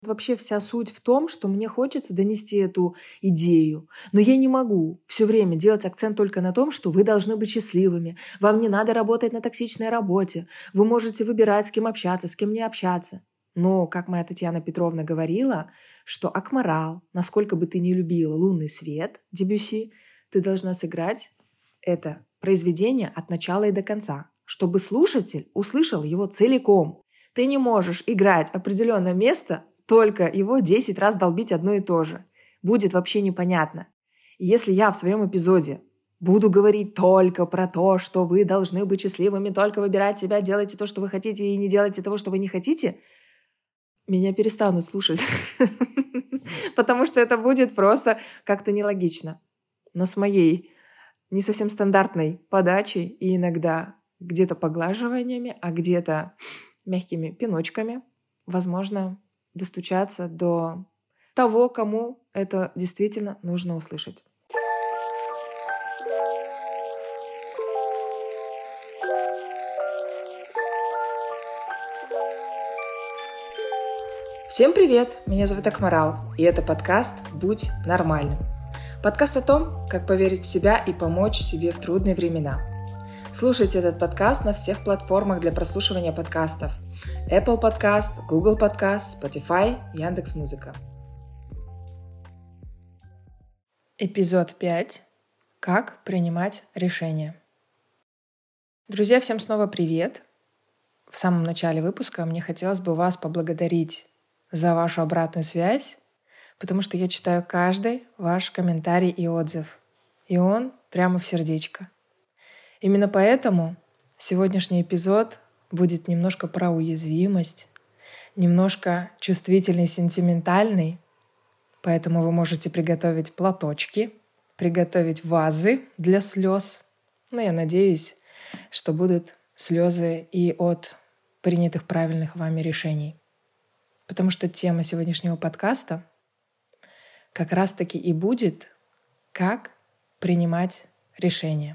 Вообще вся суть в том, что мне хочется донести эту идею, но я не могу все время делать акцент только на том, что вы должны быть счастливыми, вам не надо работать на токсичной работе, вы можете выбирать, с кем общаться, с кем не общаться. Но, как моя Татьяна Петровна говорила, что Акмарал, насколько бы ты ни любила «Лунный свет» Дебюсси, ты должна сыграть это произведение от начала и до конца, чтобы слушатель услышал его целиком. Ты не можешь играть определенное место, только его 10 раз долбить одно и то же. Будет вообще непонятно. И если я в своем эпизоде буду говорить только про то, что вы должны быть счастливыми, только выбирать себя, делайте то, что вы хотите, и не делайте того, что вы не хотите, меня перестанут слушать. Потому что это будет просто как-то нелогично. Но с моей не совсем стандартной подачей и иногда где-то поглаживаниями, а где-то мягкими пиночками, возможно, достучаться до того, кому это действительно нужно услышать. Всем привет! Меня зовут Акмарал, и это подкаст «Будь нормальным». Подкаст о том, как поверить в себя и помочь себе в трудные времена. Слушайте этот подкаст на всех платформах для прослушивания подкастов: Apple Podcast, Google Podcast, Spotify, Яндекс.Музыка. Эпизод 5. Как принимать решения. Друзья, всем снова привет! В самом начале выпуска мне хотелось бы вас поблагодарить за вашу обратную связь, потому что я читаю каждый ваш комментарий и отзыв, и он прямо в сердечко. Именно поэтому сегодняшний эпизод будет немножко про уязвимость, немножко чувствительный, сентиментальный, поэтому вы можете приготовить платочки, приготовить вазы для слез. Но я надеюсь, что будут слезы и от принятых правильных вами решений. Потому что тема сегодняшнего подкаста как раз-таки и будет «Как принимать решения».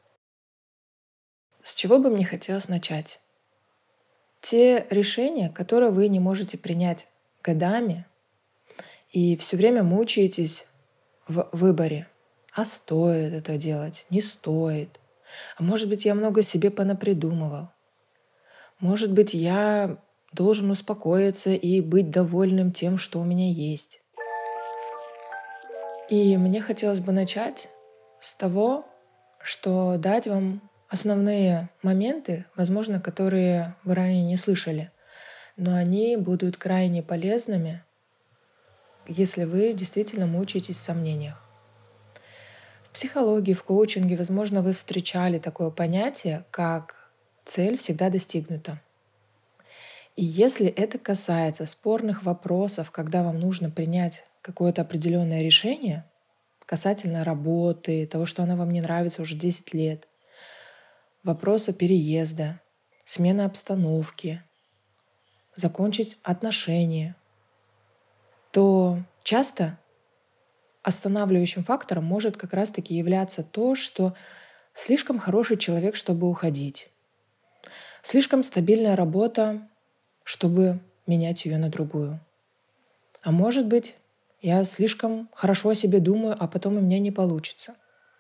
С чего бы мне хотелось начать? Те решения, которые вы не можете принять годами и все время мучаетесь в выборе. А стоит это делать? Не стоит? А может быть, я много себе понапридумывал? Может быть, я должен успокоиться и быть довольным тем, что у меня есть? И мне хотелось бы начать с того, что дать вам основные моменты, возможно, которые вы ранее не слышали, но они будут крайне полезными, если вы действительно мучаетесь в сомнениях. В психологии, в коучинге, возможно, вы встречали такое понятие, как «цель всегда достигнута». И если это касается спорных вопросов, когда вам нужно принять какое-то определенное решение касательно работы, того, что она вам не нравится уже 10 лет, вопроса переезда, смены обстановки, закончить отношения, то часто останавливающим фактором может как раз-таки являться то, что слишком хороший человек, чтобы уходить, слишком стабильная работа, чтобы менять ее на другую. А может быть, я слишком хорошо о себе думаю, а потом у меня не получится.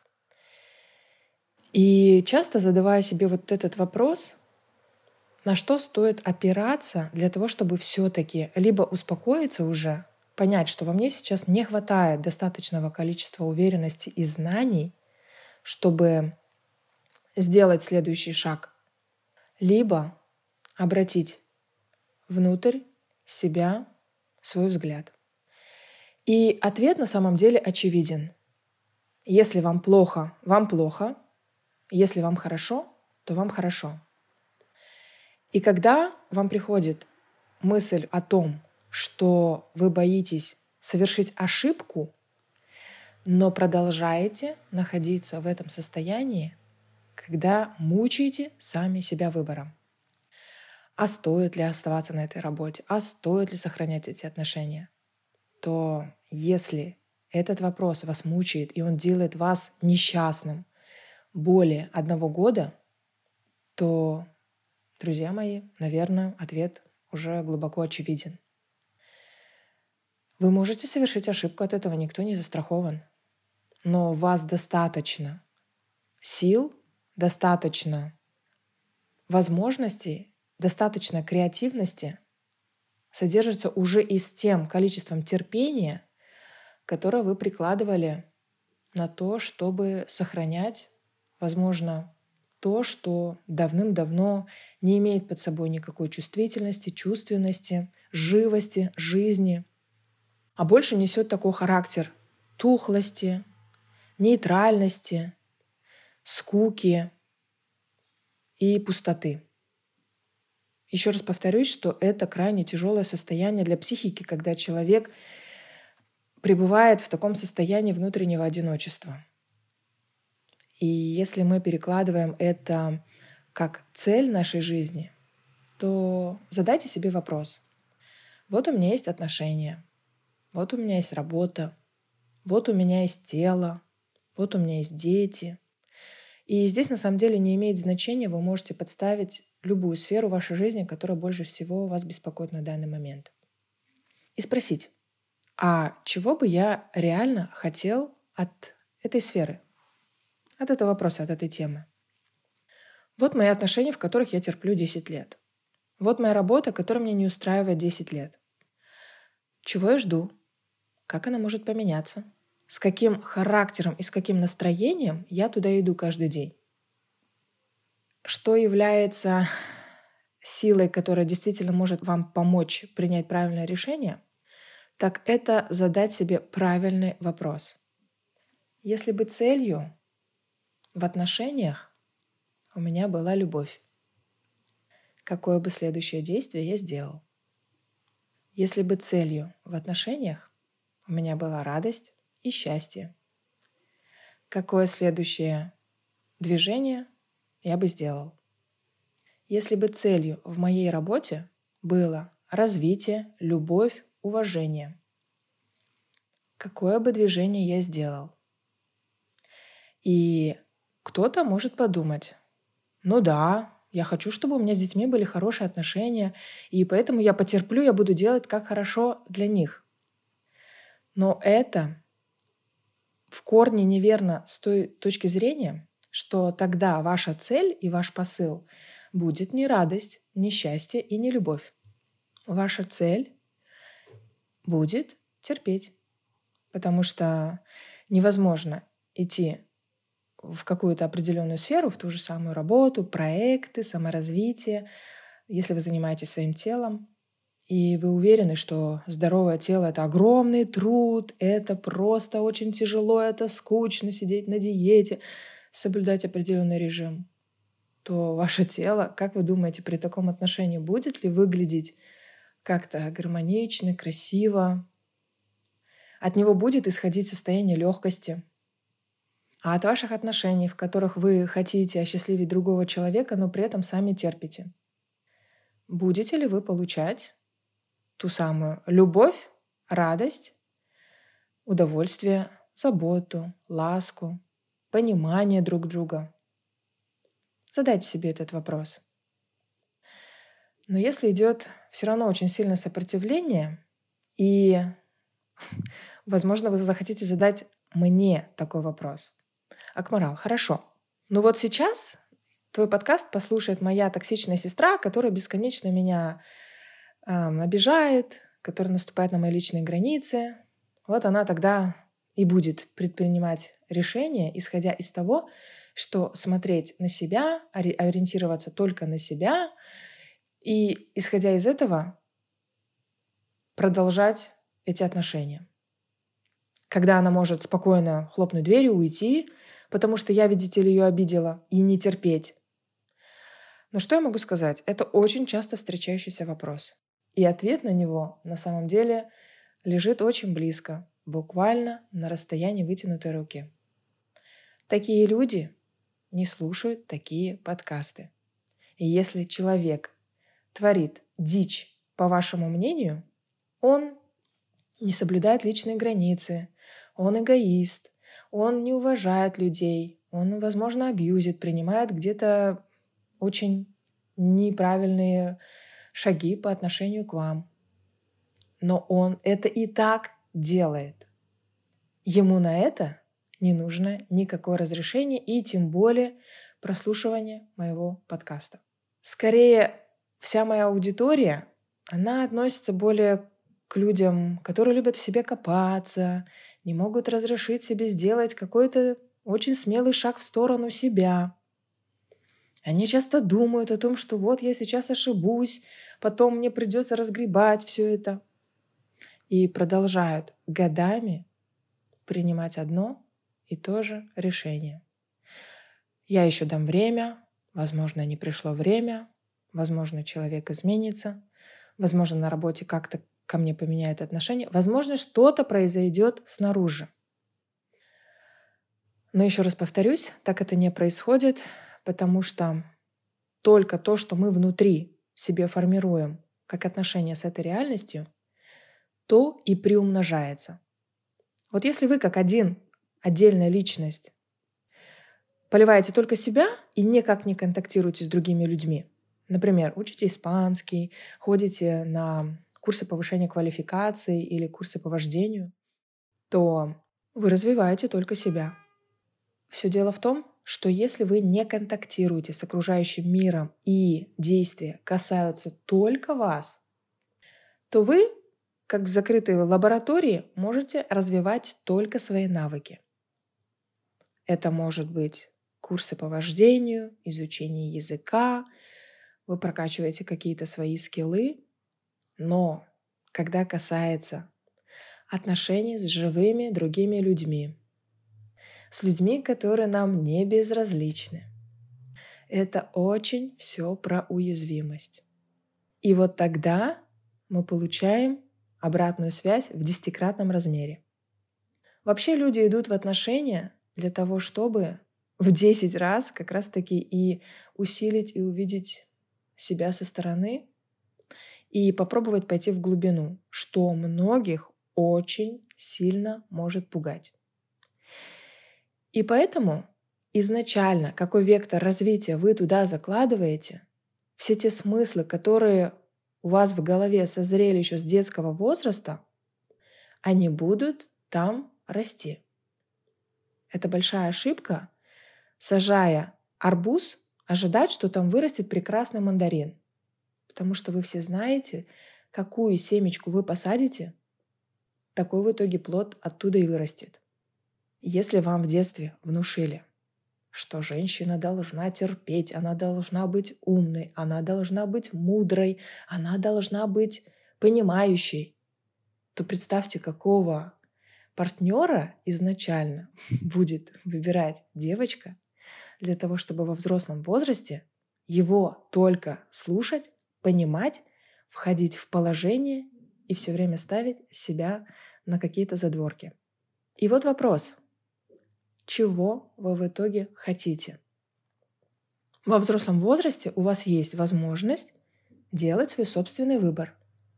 И часто задавая себе вот этот вопрос, на что стоит опираться для того, чтобы все-таки либо успокоиться уже, понять, что во мне сейчас не хватает достаточного количества уверенности и знаний, чтобы сделать следующий шаг, либо обратить внутрь себя свой взгляд. И ответ на самом деле очевиден. Если вам плохо, вам плохо. Если вам хорошо, то вам хорошо. И когда вам приходит мысль о том, что вы боитесь совершить ошибку, но продолжаете находиться в этом состоянии, когда мучаете сами себя выбором. А стоит ли оставаться на этой работе? А стоит ли сохранять эти отношения? То если этот вопрос вас мучает, и он делает вас несчастным более 1 года, то, друзья мои, наверное, ответ уже глубоко очевиден. Вы можете совершить ошибку, от этого никто не застрахован. Но у вас достаточно сил, достаточно возможностей, достаточно креативности содержится уже и с тем количеством терпения, которое вы прикладывали на то, чтобы сохранять, возможно, то, что давным-давно не имеет под собой никакой чувствительности, чувственности, живости, жизни, а больше несет такой характер тухлости, нейтральности, скуки и пустоты. Еще раз повторюсь, что это крайне тяжелое состояние для психики, когда человек пребывает в таком состоянии внутреннего одиночества. И если мы перекладываем это как цель нашей жизни, то задайте себе вопрос. Вот у меня есть отношения, вот у меня есть работа, вот у меня есть тело, вот у меня есть дети. И здесь на самом деле не имеет значения, вы можете подставить любую сферу вашей жизни, которая больше всего вас беспокоит на данный момент. И спросить, а чего бы я реально хотел от этой сферы, от этого вопроса, от этой темы? Вот мои отношения, в которых я терплю 10 лет. Вот моя работа, которая меня не устраивает 10 лет. Чего я жду? Как она может поменяться? С каким характером и с каким настроением я туда иду каждый день? Что является силой, которая действительно может вам помочь принять правильное решение, так это задать себе правильный вопрос. Если бы целью в отношениях у меня была любовь, какое бы следующее действие я сделал? Если бы целью в отношениях у меня была радость и счастье, какое следующее движение я бы сделал? Если бы целью в моей работе было развитие, любовь, уважение, какое бы движение я сделал? И кто-то может подумать, ну да, я хочу, чтобы у меня с детьми были хорошие отношения, и поэтому я потерплю, я буду делать как хорошо для них. Но это в корне неверно с той точки зрения, что тогда ваша цель и ваш посыл будет не радость, не счастье и не любовь. Ваша цель будет терпеть, потому что невозможно идти в какую-то определенную сферу, в ту же самую работу, проекты, саморазвитие, если вы занимаетесь своим телом, и вы уверены, что здоровое тело — это огромный труд, это просто очень тяжело, это скучно сидеть на диете, соблюдать определенный режим, то ваше тело, как вы думаете, при таком отношении будет ли выглядеть как-то гармонично, красиво? От него будет исходить состояние легкости. А от ваших отношений, в которых вы хотите осчастливить другого человека, но при этом сами терпите, будете ли вы получать ту самую любовь, радость, удовольствие, заботу, ласку, понимание друг друга? Задайте себе этот вопрос. Но если идет все равно очень сильное сопротивление, и, возможно, вы захотите задать мне такой вопрос. Акмарал, хорошо. Но вот сейчас твой подкаст послушает моя токсичная сестра, которая бесконечно меня обижает, которая наступает на мои личные границы. Вот она тогда и будет предпринимать решения, исходя из того, что смотреть на себя, ориентироваться только на себя, и, исходя из этого, продолжать эти отношения. Когда она может спокойно хлопнуть дверью, уйти, потому что я, видите ли, ее обидела, и не терпеть. Но что я могу сказать? Это очень часто встречающийся вопрос. И ответ на него на самом деле лежит очень близко, буквально на расстоянии вытянутой руки. Такие люди не слушают такие подкасты. И если человек творит дичь, по вашему мнению, он не соблюдает личные границы, он эгоист, он не уважает людей, он, возможно, абьюзит, принимает где-то очень неправильные шаги по отношению к вам. Но он это и так делает. Ему на это не нужно никакое разрешение и тем более прослушивание моего подкаста. Скорее, вся моя аудитория, она относится более к людям, которые любят в себе копаться, не могут разрешить себе сделать какой-то очень смелый шаг в сторону себя. Они часто думают о том, что вот я сейчас ошибусь, потом мне придется разгребать все это. И продолжают годами принимать одно и то же решение. Я еще дам время, возможно, не пришло время, возможно, человек изменится, возможно, на работе как-то ко мне поменяют отношения, возможно, что-то произойдет снаружи. Но еще раз повторюсь, так это не происходит, потому что только то, что мы внутри себе формируем как отношение с этой реальностью, то и приумножается. Вот если вы как отдельная личность поливаете только себя и никак не контактируете с другими людьми, например, учите испанский, ходите на курсы повышения квалификации или курсы по вождению, то вы развиваете только себя. Все дело в том, что если вы не контактируете с окружающим миром и действия касаются только вас, то вы, как в закрытой лаборатории, можете развивать только свои навыки. Это может быть курсы по вождению, изучение языка, вы прокачиваете какие-то свои скиллы, но когда касается отношений с живыми другими людьми, с людьми, которые нам не безразличны, это очень все про уязвимость. И вот тогда мы получаем обратную связь в 10-кратном размере. Вообще люди идут в отношения для того, чтобы в 10 раз как раз-таки и усилить и увидеть себя со стороны и попробовать пойти в глубину, что многих очень сильно может пугать. И поэтому изначально, какой вектор развития вы туда закладываете, все те смыслы, которые у вас в голове созрели еще с детского возраста, они будут там расти. Это большая ошибка, сажая арбуз, ожидать, что там вырастет прекрасный мандарин. Потому что вы все знаете, какую семечку вы посадите, такой в итоге плод оттуда и вырастет. Если вам в детстве внушили, что женщина должна терпеть, она должна быть умной, она должна быть мудрой, она должна быть понимающей, то представьте, какого партнера изначально будет выбирать девочка для того, чтобы во взрослом возрасте его только слушать, понимать, входить в положение и все время ставить себя на какие-то задворки. И вот вопрос. Чего вы в итоге хотите? Во взрослом возрасте у вас есть возможность делать свой собственный выбор.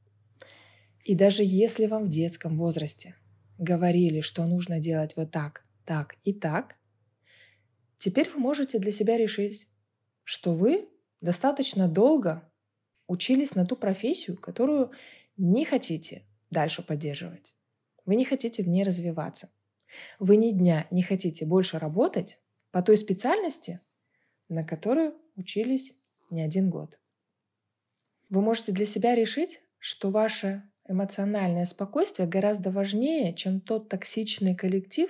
И даже если вам в детском возрасте говорили, что нужно делать вот так, так и так, теперь вы можете для себя решить, что вы достаточно долго учились на ту профессию, которую не хотите дальше поддерживать. Вы не хотите в ней развиваться. Вы ни дня не хотите больше работать по той специальности, на которую учились не один год. Вы можете для себя решить, что ваше эмоциональное спокойствие гораздо важнее, чем тот токсичный коллектив,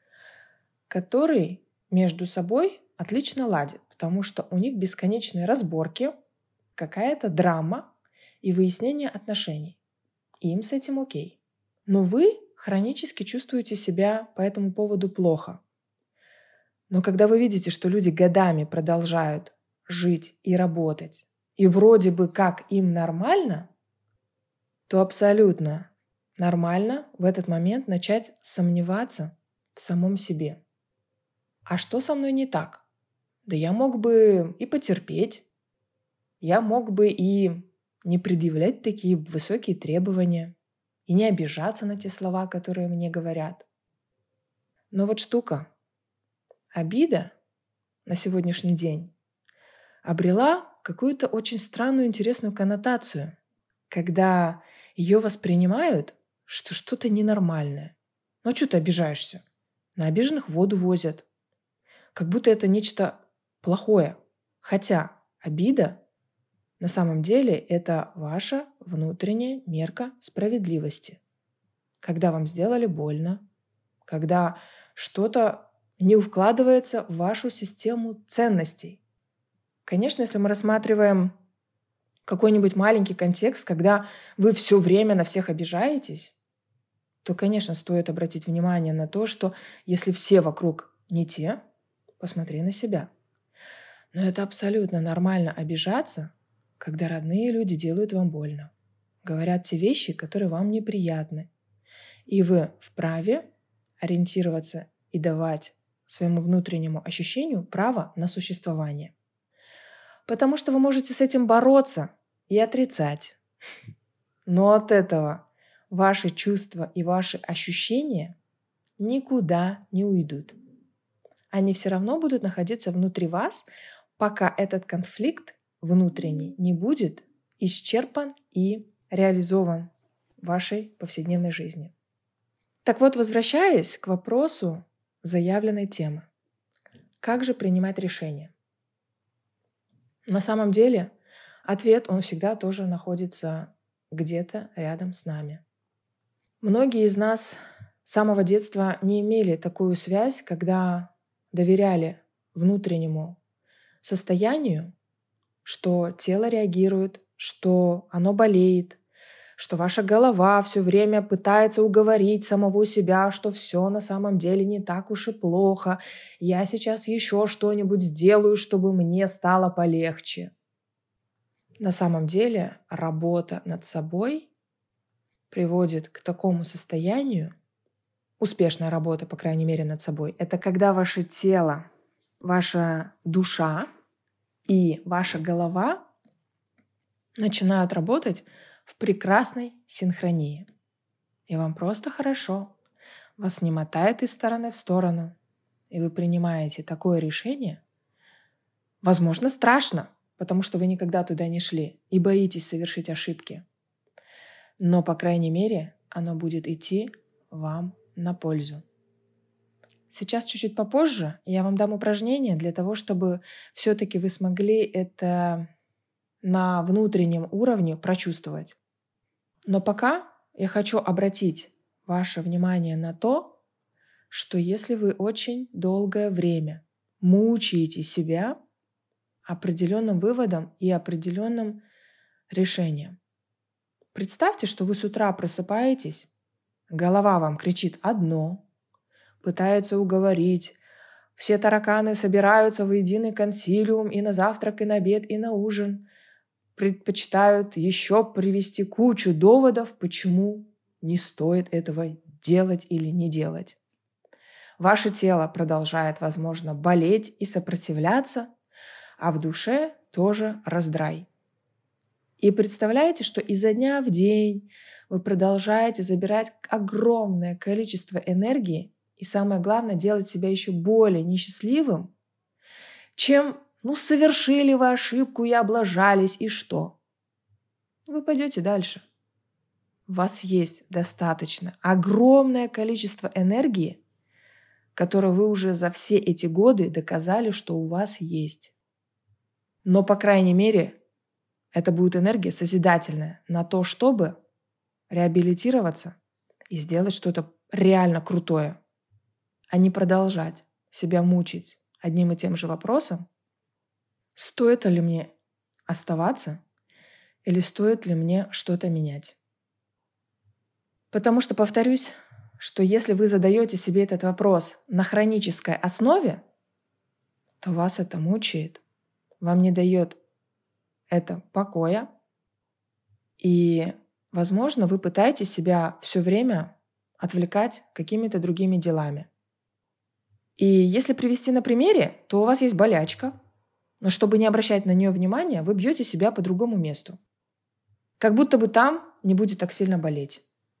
который между собой отлично ладит, потому что у них бесконечные разборки, какая-то драма и выяснение отношений. И им с этим окей. Но вы хронически чувствуете себя по этому поводу плохо. Но когда вы видите, что люди годами продолжают жить и работать, и вроде бы как им нормально, то абсолютно нормально в этот момент начать сомневаться в самом себе. А что со мной не так? Да я мог бы и потерпеть, я мог бы и не предъявлять такие высокие требования, и не обижаться на те слова, которые мне говорят. Но вот штука. Обида на сегодняшний день обрела какую-то очень странную, интересную коннотацию, когда ее воспринимают что что-то ненормальное. Ну а что ты обижаешься? На обиженных воду возят. Как будто это нечто плохое. Хотя обида на самом деле это ваша внутренняя мерка справедливости. Когда вам сделали больно, когда что-то не укладывается в вашу систему ценностей. Конечно, если мы рассматриваем какой-нибудь маленький контекст, когда вы все время на всех обижаетесь, то, конечно, стоит обратить внимание на то, что если все вокруг не те, посмотри на себя. Но это абсолютно нормально обижаться, когда родные люди делают вам больно, говорят те вещи, которые вам неприятны. И вы вправе ориентироваться и давать своему внутреннему ощущению право на существование. Потому что вы можете с этим бороться и отрицать. Но от этого ваши чувства и ваши ощущения никуда не уйдут. Они все равно будут находиться внутри вас, пока этот конфликт внутренний не будет исчерпан и реализован в вашей повседневной жизни. Так вот, возвращаясь к вопросу заявленной темы. Как же принимать решения? На самом деле, ответ, он всегда тоже находится где-то рядом с нами. Многие из нас с самого детства не имели такую связь, когда доверяли внутреннему состоянию, что тело реагирует, что оно болеет, что ваша голова все время пытается уговорить самого себя, что все на самом деле не так уж и плохо. Я сейчас еще что-нибудь сделаю, чтобы мне стало полегче. На самом деле работа над собой приводит к такому состоянию, успешная работа, по крайней мере, над собой, это когда ваше тело, ваша душа и ваша голова начинают работать в прекрасной синхронии. И вам просто хорошо. Вас не мотает из стороны в сторону. И вы принимаете такое решение. Возможно, страшно, потому что вы никогда туда не шли и боитесь совершить ошибки. Но, по крайней мере, оно будет идти вам на пользу. Сейчас чуть-чуть попозже я вам дам упражнение для того, чтобы все-таки вы смогли это на внутреннем уровне прочувствовать. Но пока я хочу обратить ваше внимание на то, что если вы очень долгое время мучаете себя определенным выводом и определенным решением, представьте, что вы с утра просыпаетесь, голова вам кричит одно, пытается уговорить, все тараканы собираются в единый консилиум и на завтрак, и на обед, и на ужин, предпочитают еще привести кучу доводов, почему не стоит этого делать или не делать. Ваше тело продолжает, возможно, болеть и сопротивляться, а в душе тоже раздрай. И представляете, что изо дня в день вы продолжаете забирать огромное количество энергии и, самое главное, делать себя еще более несчастливым, чем совершили вы ошибку и облажались, и что? Вы пойдете дальше. У вас есть достаточно огромное количество энергии, которое вы уже за все эти годы доказали, что у вас есть. Но, по крайней мере, это будет энергия созидательная на то, чтобы реабилитироваться и сделать что-то реально крутое, а не продолжать себя мучить одним и тем же вопросом, стоит ли мне оставаться или стоит ли мне что-то менять. Потому что, повторюсь, что если вы задаете себе этот вопрос на хронической основе, то вас это мучает, вам не дает это покоя, и, возможно, вы пытаетесь себя все время отвлекать какими-то другими делами. И если привести на примере, то у вас есть болячка, но чтобы не обращать на нее внимания, вы бьете себя по другому месту. Как будто бы там не будет так сильно болеть.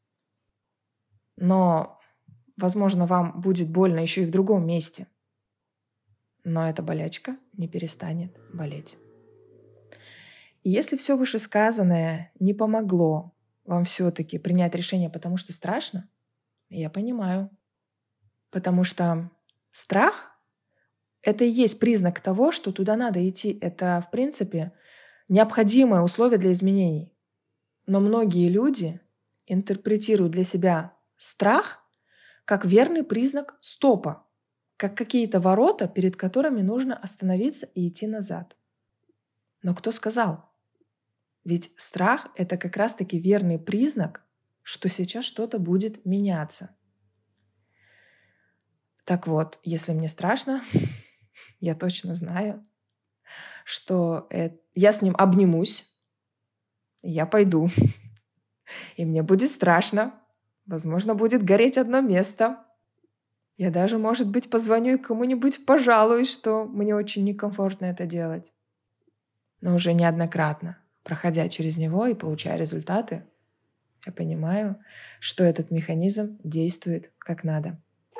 Но, возможно, вам будет больно еще и в другом месте. Но эта болячка не перестанет болеть. И если все вышесказанное не помогло вам все-таки принять решение, потому что страшно, я понимаю. Потому что страх — это и есть признак того, что туда надо идти. Это, в принципе, необходимое условие для изменений. Но многие люди интерпретируют для себя страх как верный признак стопа, как какие-то ворота, перед которыми нужно остановиться и идти назад. Но кто сказал? Ведь страх — это как раз-таки верный признак, что сейчас что-то будет меняться. Так вот, если мне страшно, я точно знаю, что я с ним обнимусь, я пойду, и мне будет страшно. Возможно, будет гореть одно место. Я даже, может быть, позвоню и кому-нибудь пожалуюсь, что мне очень некомфортно это делать. Но уже неоднократно, проходя через него и получая результаты, я понимаю, что этот механизм действует как надо.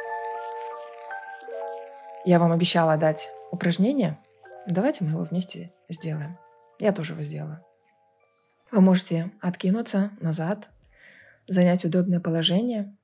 Я вам обещала дать упражнение. Давайте мы его вместе сделаем. Я тоже его сделаю. Вы можете откинуться назад, занять удобное положение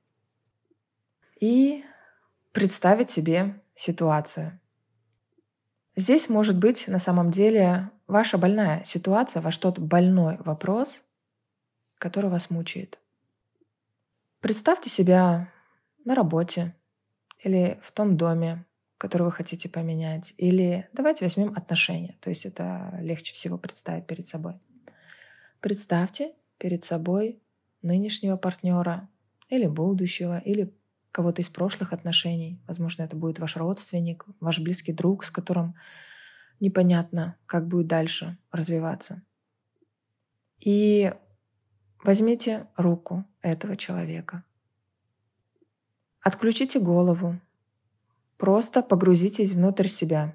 и представить себе ситуацию. Здесь может быть на самом деле ваша больная ситуация, ваш тот больной вопрос, который вас мучает. Представьте себя на работе или в том доме, который вы хотите поменять. Или давайте возьмем отношения. То есть это легче всего представить перед собой. Представьте перед собой нынешнего партнера или будущего, или кого-то из прошлых отношений. Возможно, это будет ваш родственник, ваш близкий друг, с которым непонятно, как будет дальше развиваться. И возьмите руку этого человека. Отключите голову. Просто погрузитесь внутрь себя.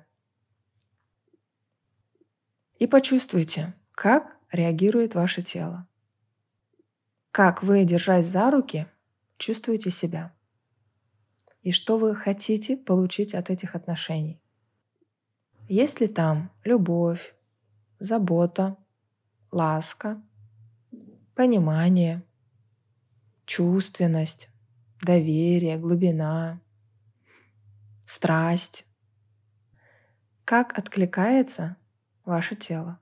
И почувствуйте, как реагирует ваше тело. Как вы, держась за руки, чувствуете себя. И что вы хотите получить от этих отношений. Есть ли там любовь, забота, ласка, понимание, чувственность, доверие, глубина, страсть? Как откликается ваше тело?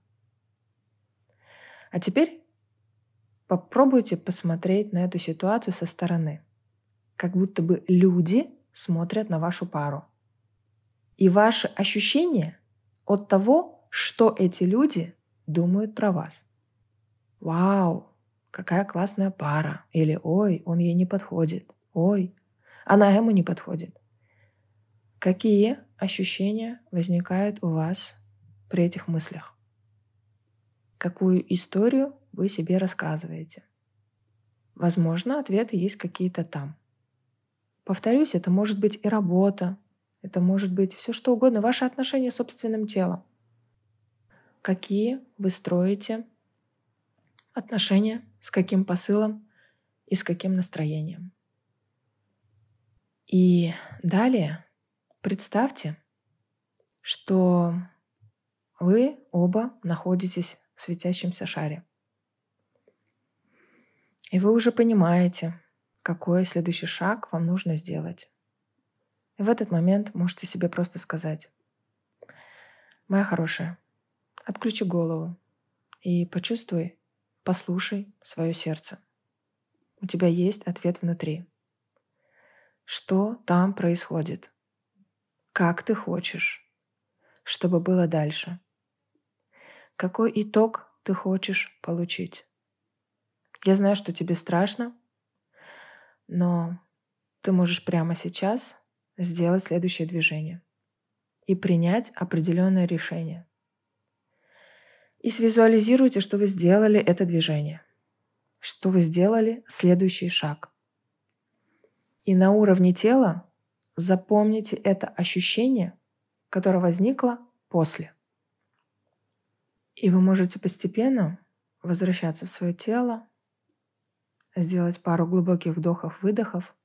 А теперь попробуйте посмотреть на эту ситуацию со стороны. Как будто бы люди смотрят на вашу пару. И ваши ощущения от того, что эти люди думают про вас. Вау, какая классная пара. Или ой, он ей не подходит. Ой, она ему не подходит. Какие ощущения возникают у вас при этих мыслях? Какую историю вы себе рассказываете? Возможно, ответы есть какие-то там. Повторюсь, это может быть и работа, это может быть все что угодно, ваши отношения с собственным телом. Какие вы строите отношения, с каким посылом и с каким настроением. И далее представьте, что вы оба находитесь в светящемся шаре. И вы уже понимаете, какой следующий шаг вам нужно сделать. И в этот момент можете себе просто сказать: моя хорошая, отключи голову и почувствуй, послушай свое сердце. У тебя есть ответ внутри. Что там происходит? Как ты хочешь, чтобы было дальше? Какой итог ты хочешь получить? Я знаю, что тебе страшно, но ты можешь прямо сейчас сделать следующее движение и принять определенное решение. И свизуализируйте, что вы сделали это движение, что вы сделали следующий шаг. И на уровне тела запомните это ощущение, которое возникло после. И вы можете постепенно возвращаться в свое тело, сделать пару глубоких вдохов-выдохов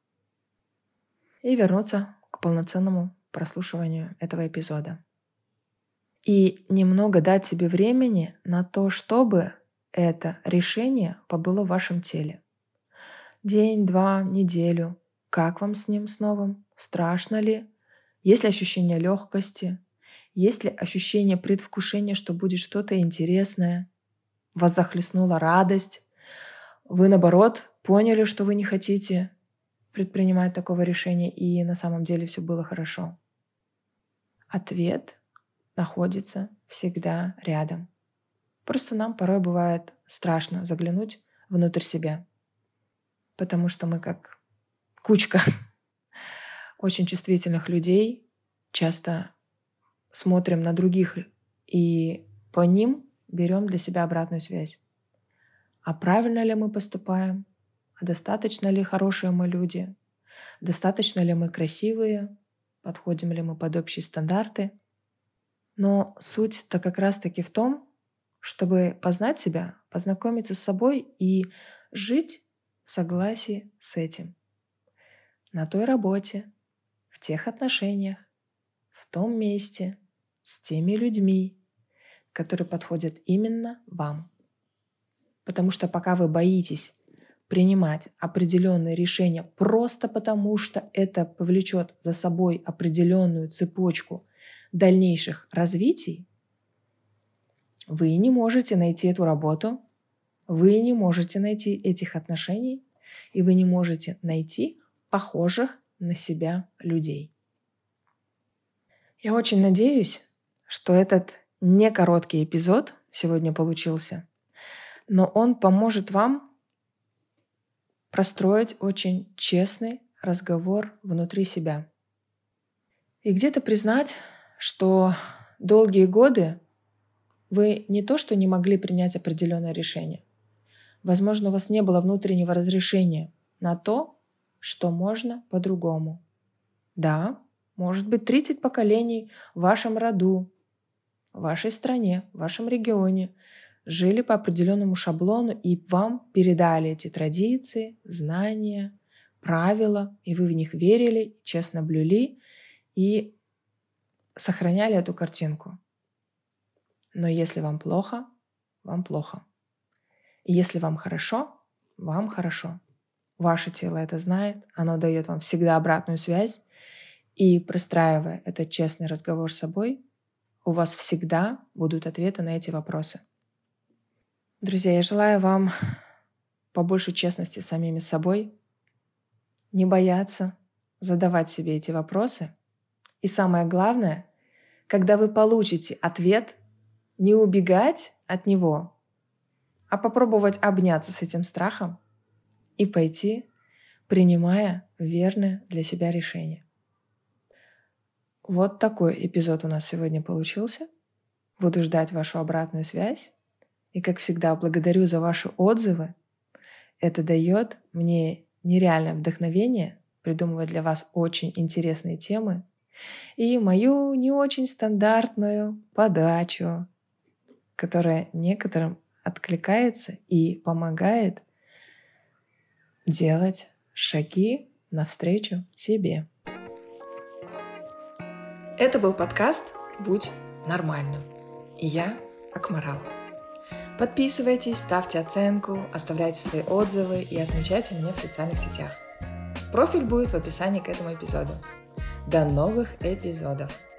и вернуться к полноценному прослушиванию этого эпизода. И немного дать себе времени на то, чтобы это решение побыло в вашем теле. День, 2, неделю. Как вам с ним, с новым? Страшно ли? Есть ли ощущение легкости? Есть ли ощущение предвкушения, что будет что-то интересное? Вас захлестнула радость? Вы, наоборот, поняли, что вы не хотите предпринимать такого решения, и на самом деле все было хорошо? Ответ находится всегда рядом. Просто нам порой бывает страшно заглянуть внутрь себя, потому что мы как кучка очень чувствительных людей часто смотрим на других и по ним берем для себя обратную связь. А правильно ли мы поступаем? А достаточно ли хорошие мы люди? Достаточно ли мы красивые? Подходим ли мы под общие стандарты? Но суть-то как раз-таки в том, чтобы познать себя, познакомиться с собой и жить в согласии с этим. На той работе, в тех отношениях, в том месте, с теми людьми, которые подходят именно вам. Потому что пока вы боитесь принимать определенные решения просто потому, что это повлечет за собой определенную цепочку дальнейших развитий, вы не можете найти эту работу, вы не можете найти этих отношений, и вы не можете найти похожих на себя людей. Я очень надеюсь, что этот не короткий эпизод сегодня получился, но он поможет вам простроить очень честный разговор внутри себя. И где-то признать, что долгие годы вы не то что не могли принять определенное решение. Возможно, у вас не было внутреннего разрешения на то, что можно по-другому. Да, может быть, 30 поколений в вашем роду, в вашей стране, в вашем регионе жили по определенному шаблону, и вам передали эти традиции, знания, правила, и вы в них верили, честно блюли и сохраняли эту картинку. Но если вам плохо, вам плохо. И если вам хорошо, вам хорошо. Ваше тело это знает, оно дает вам всегда обратную связь, и простраивая этот честный разговор с собой, у вас всегда будут ответы на эти вопросы. Друзья, я желаю вам побольше честности с самими собой, не бояться задавать себе эти вопросы. И самое главное, когда вы получите ответ, не убегать от него, а попробовать обняться с этим страхом и пойти, принимая верное для себя решение. Вот такой эпизод у нас сегодня получился. Буду ждать вашу обратную связь. И, как всегда, благодарю за ваши отзывы. Это дает мне нереальное вдохновение придумывать для вас очень интересные темы и мою не очень стандартную подачу, которая некоторым откликается и помогает делать шаги навстречу себе. Это был подкаст «Будь нормальным». И я Акмарал. Подписывайтесь, ставьте оценку, оставляйте свои отзывы и отмечайте меня в социальных сетях. Профиль будет в описании к этому эпизоду. До новых эпизодов!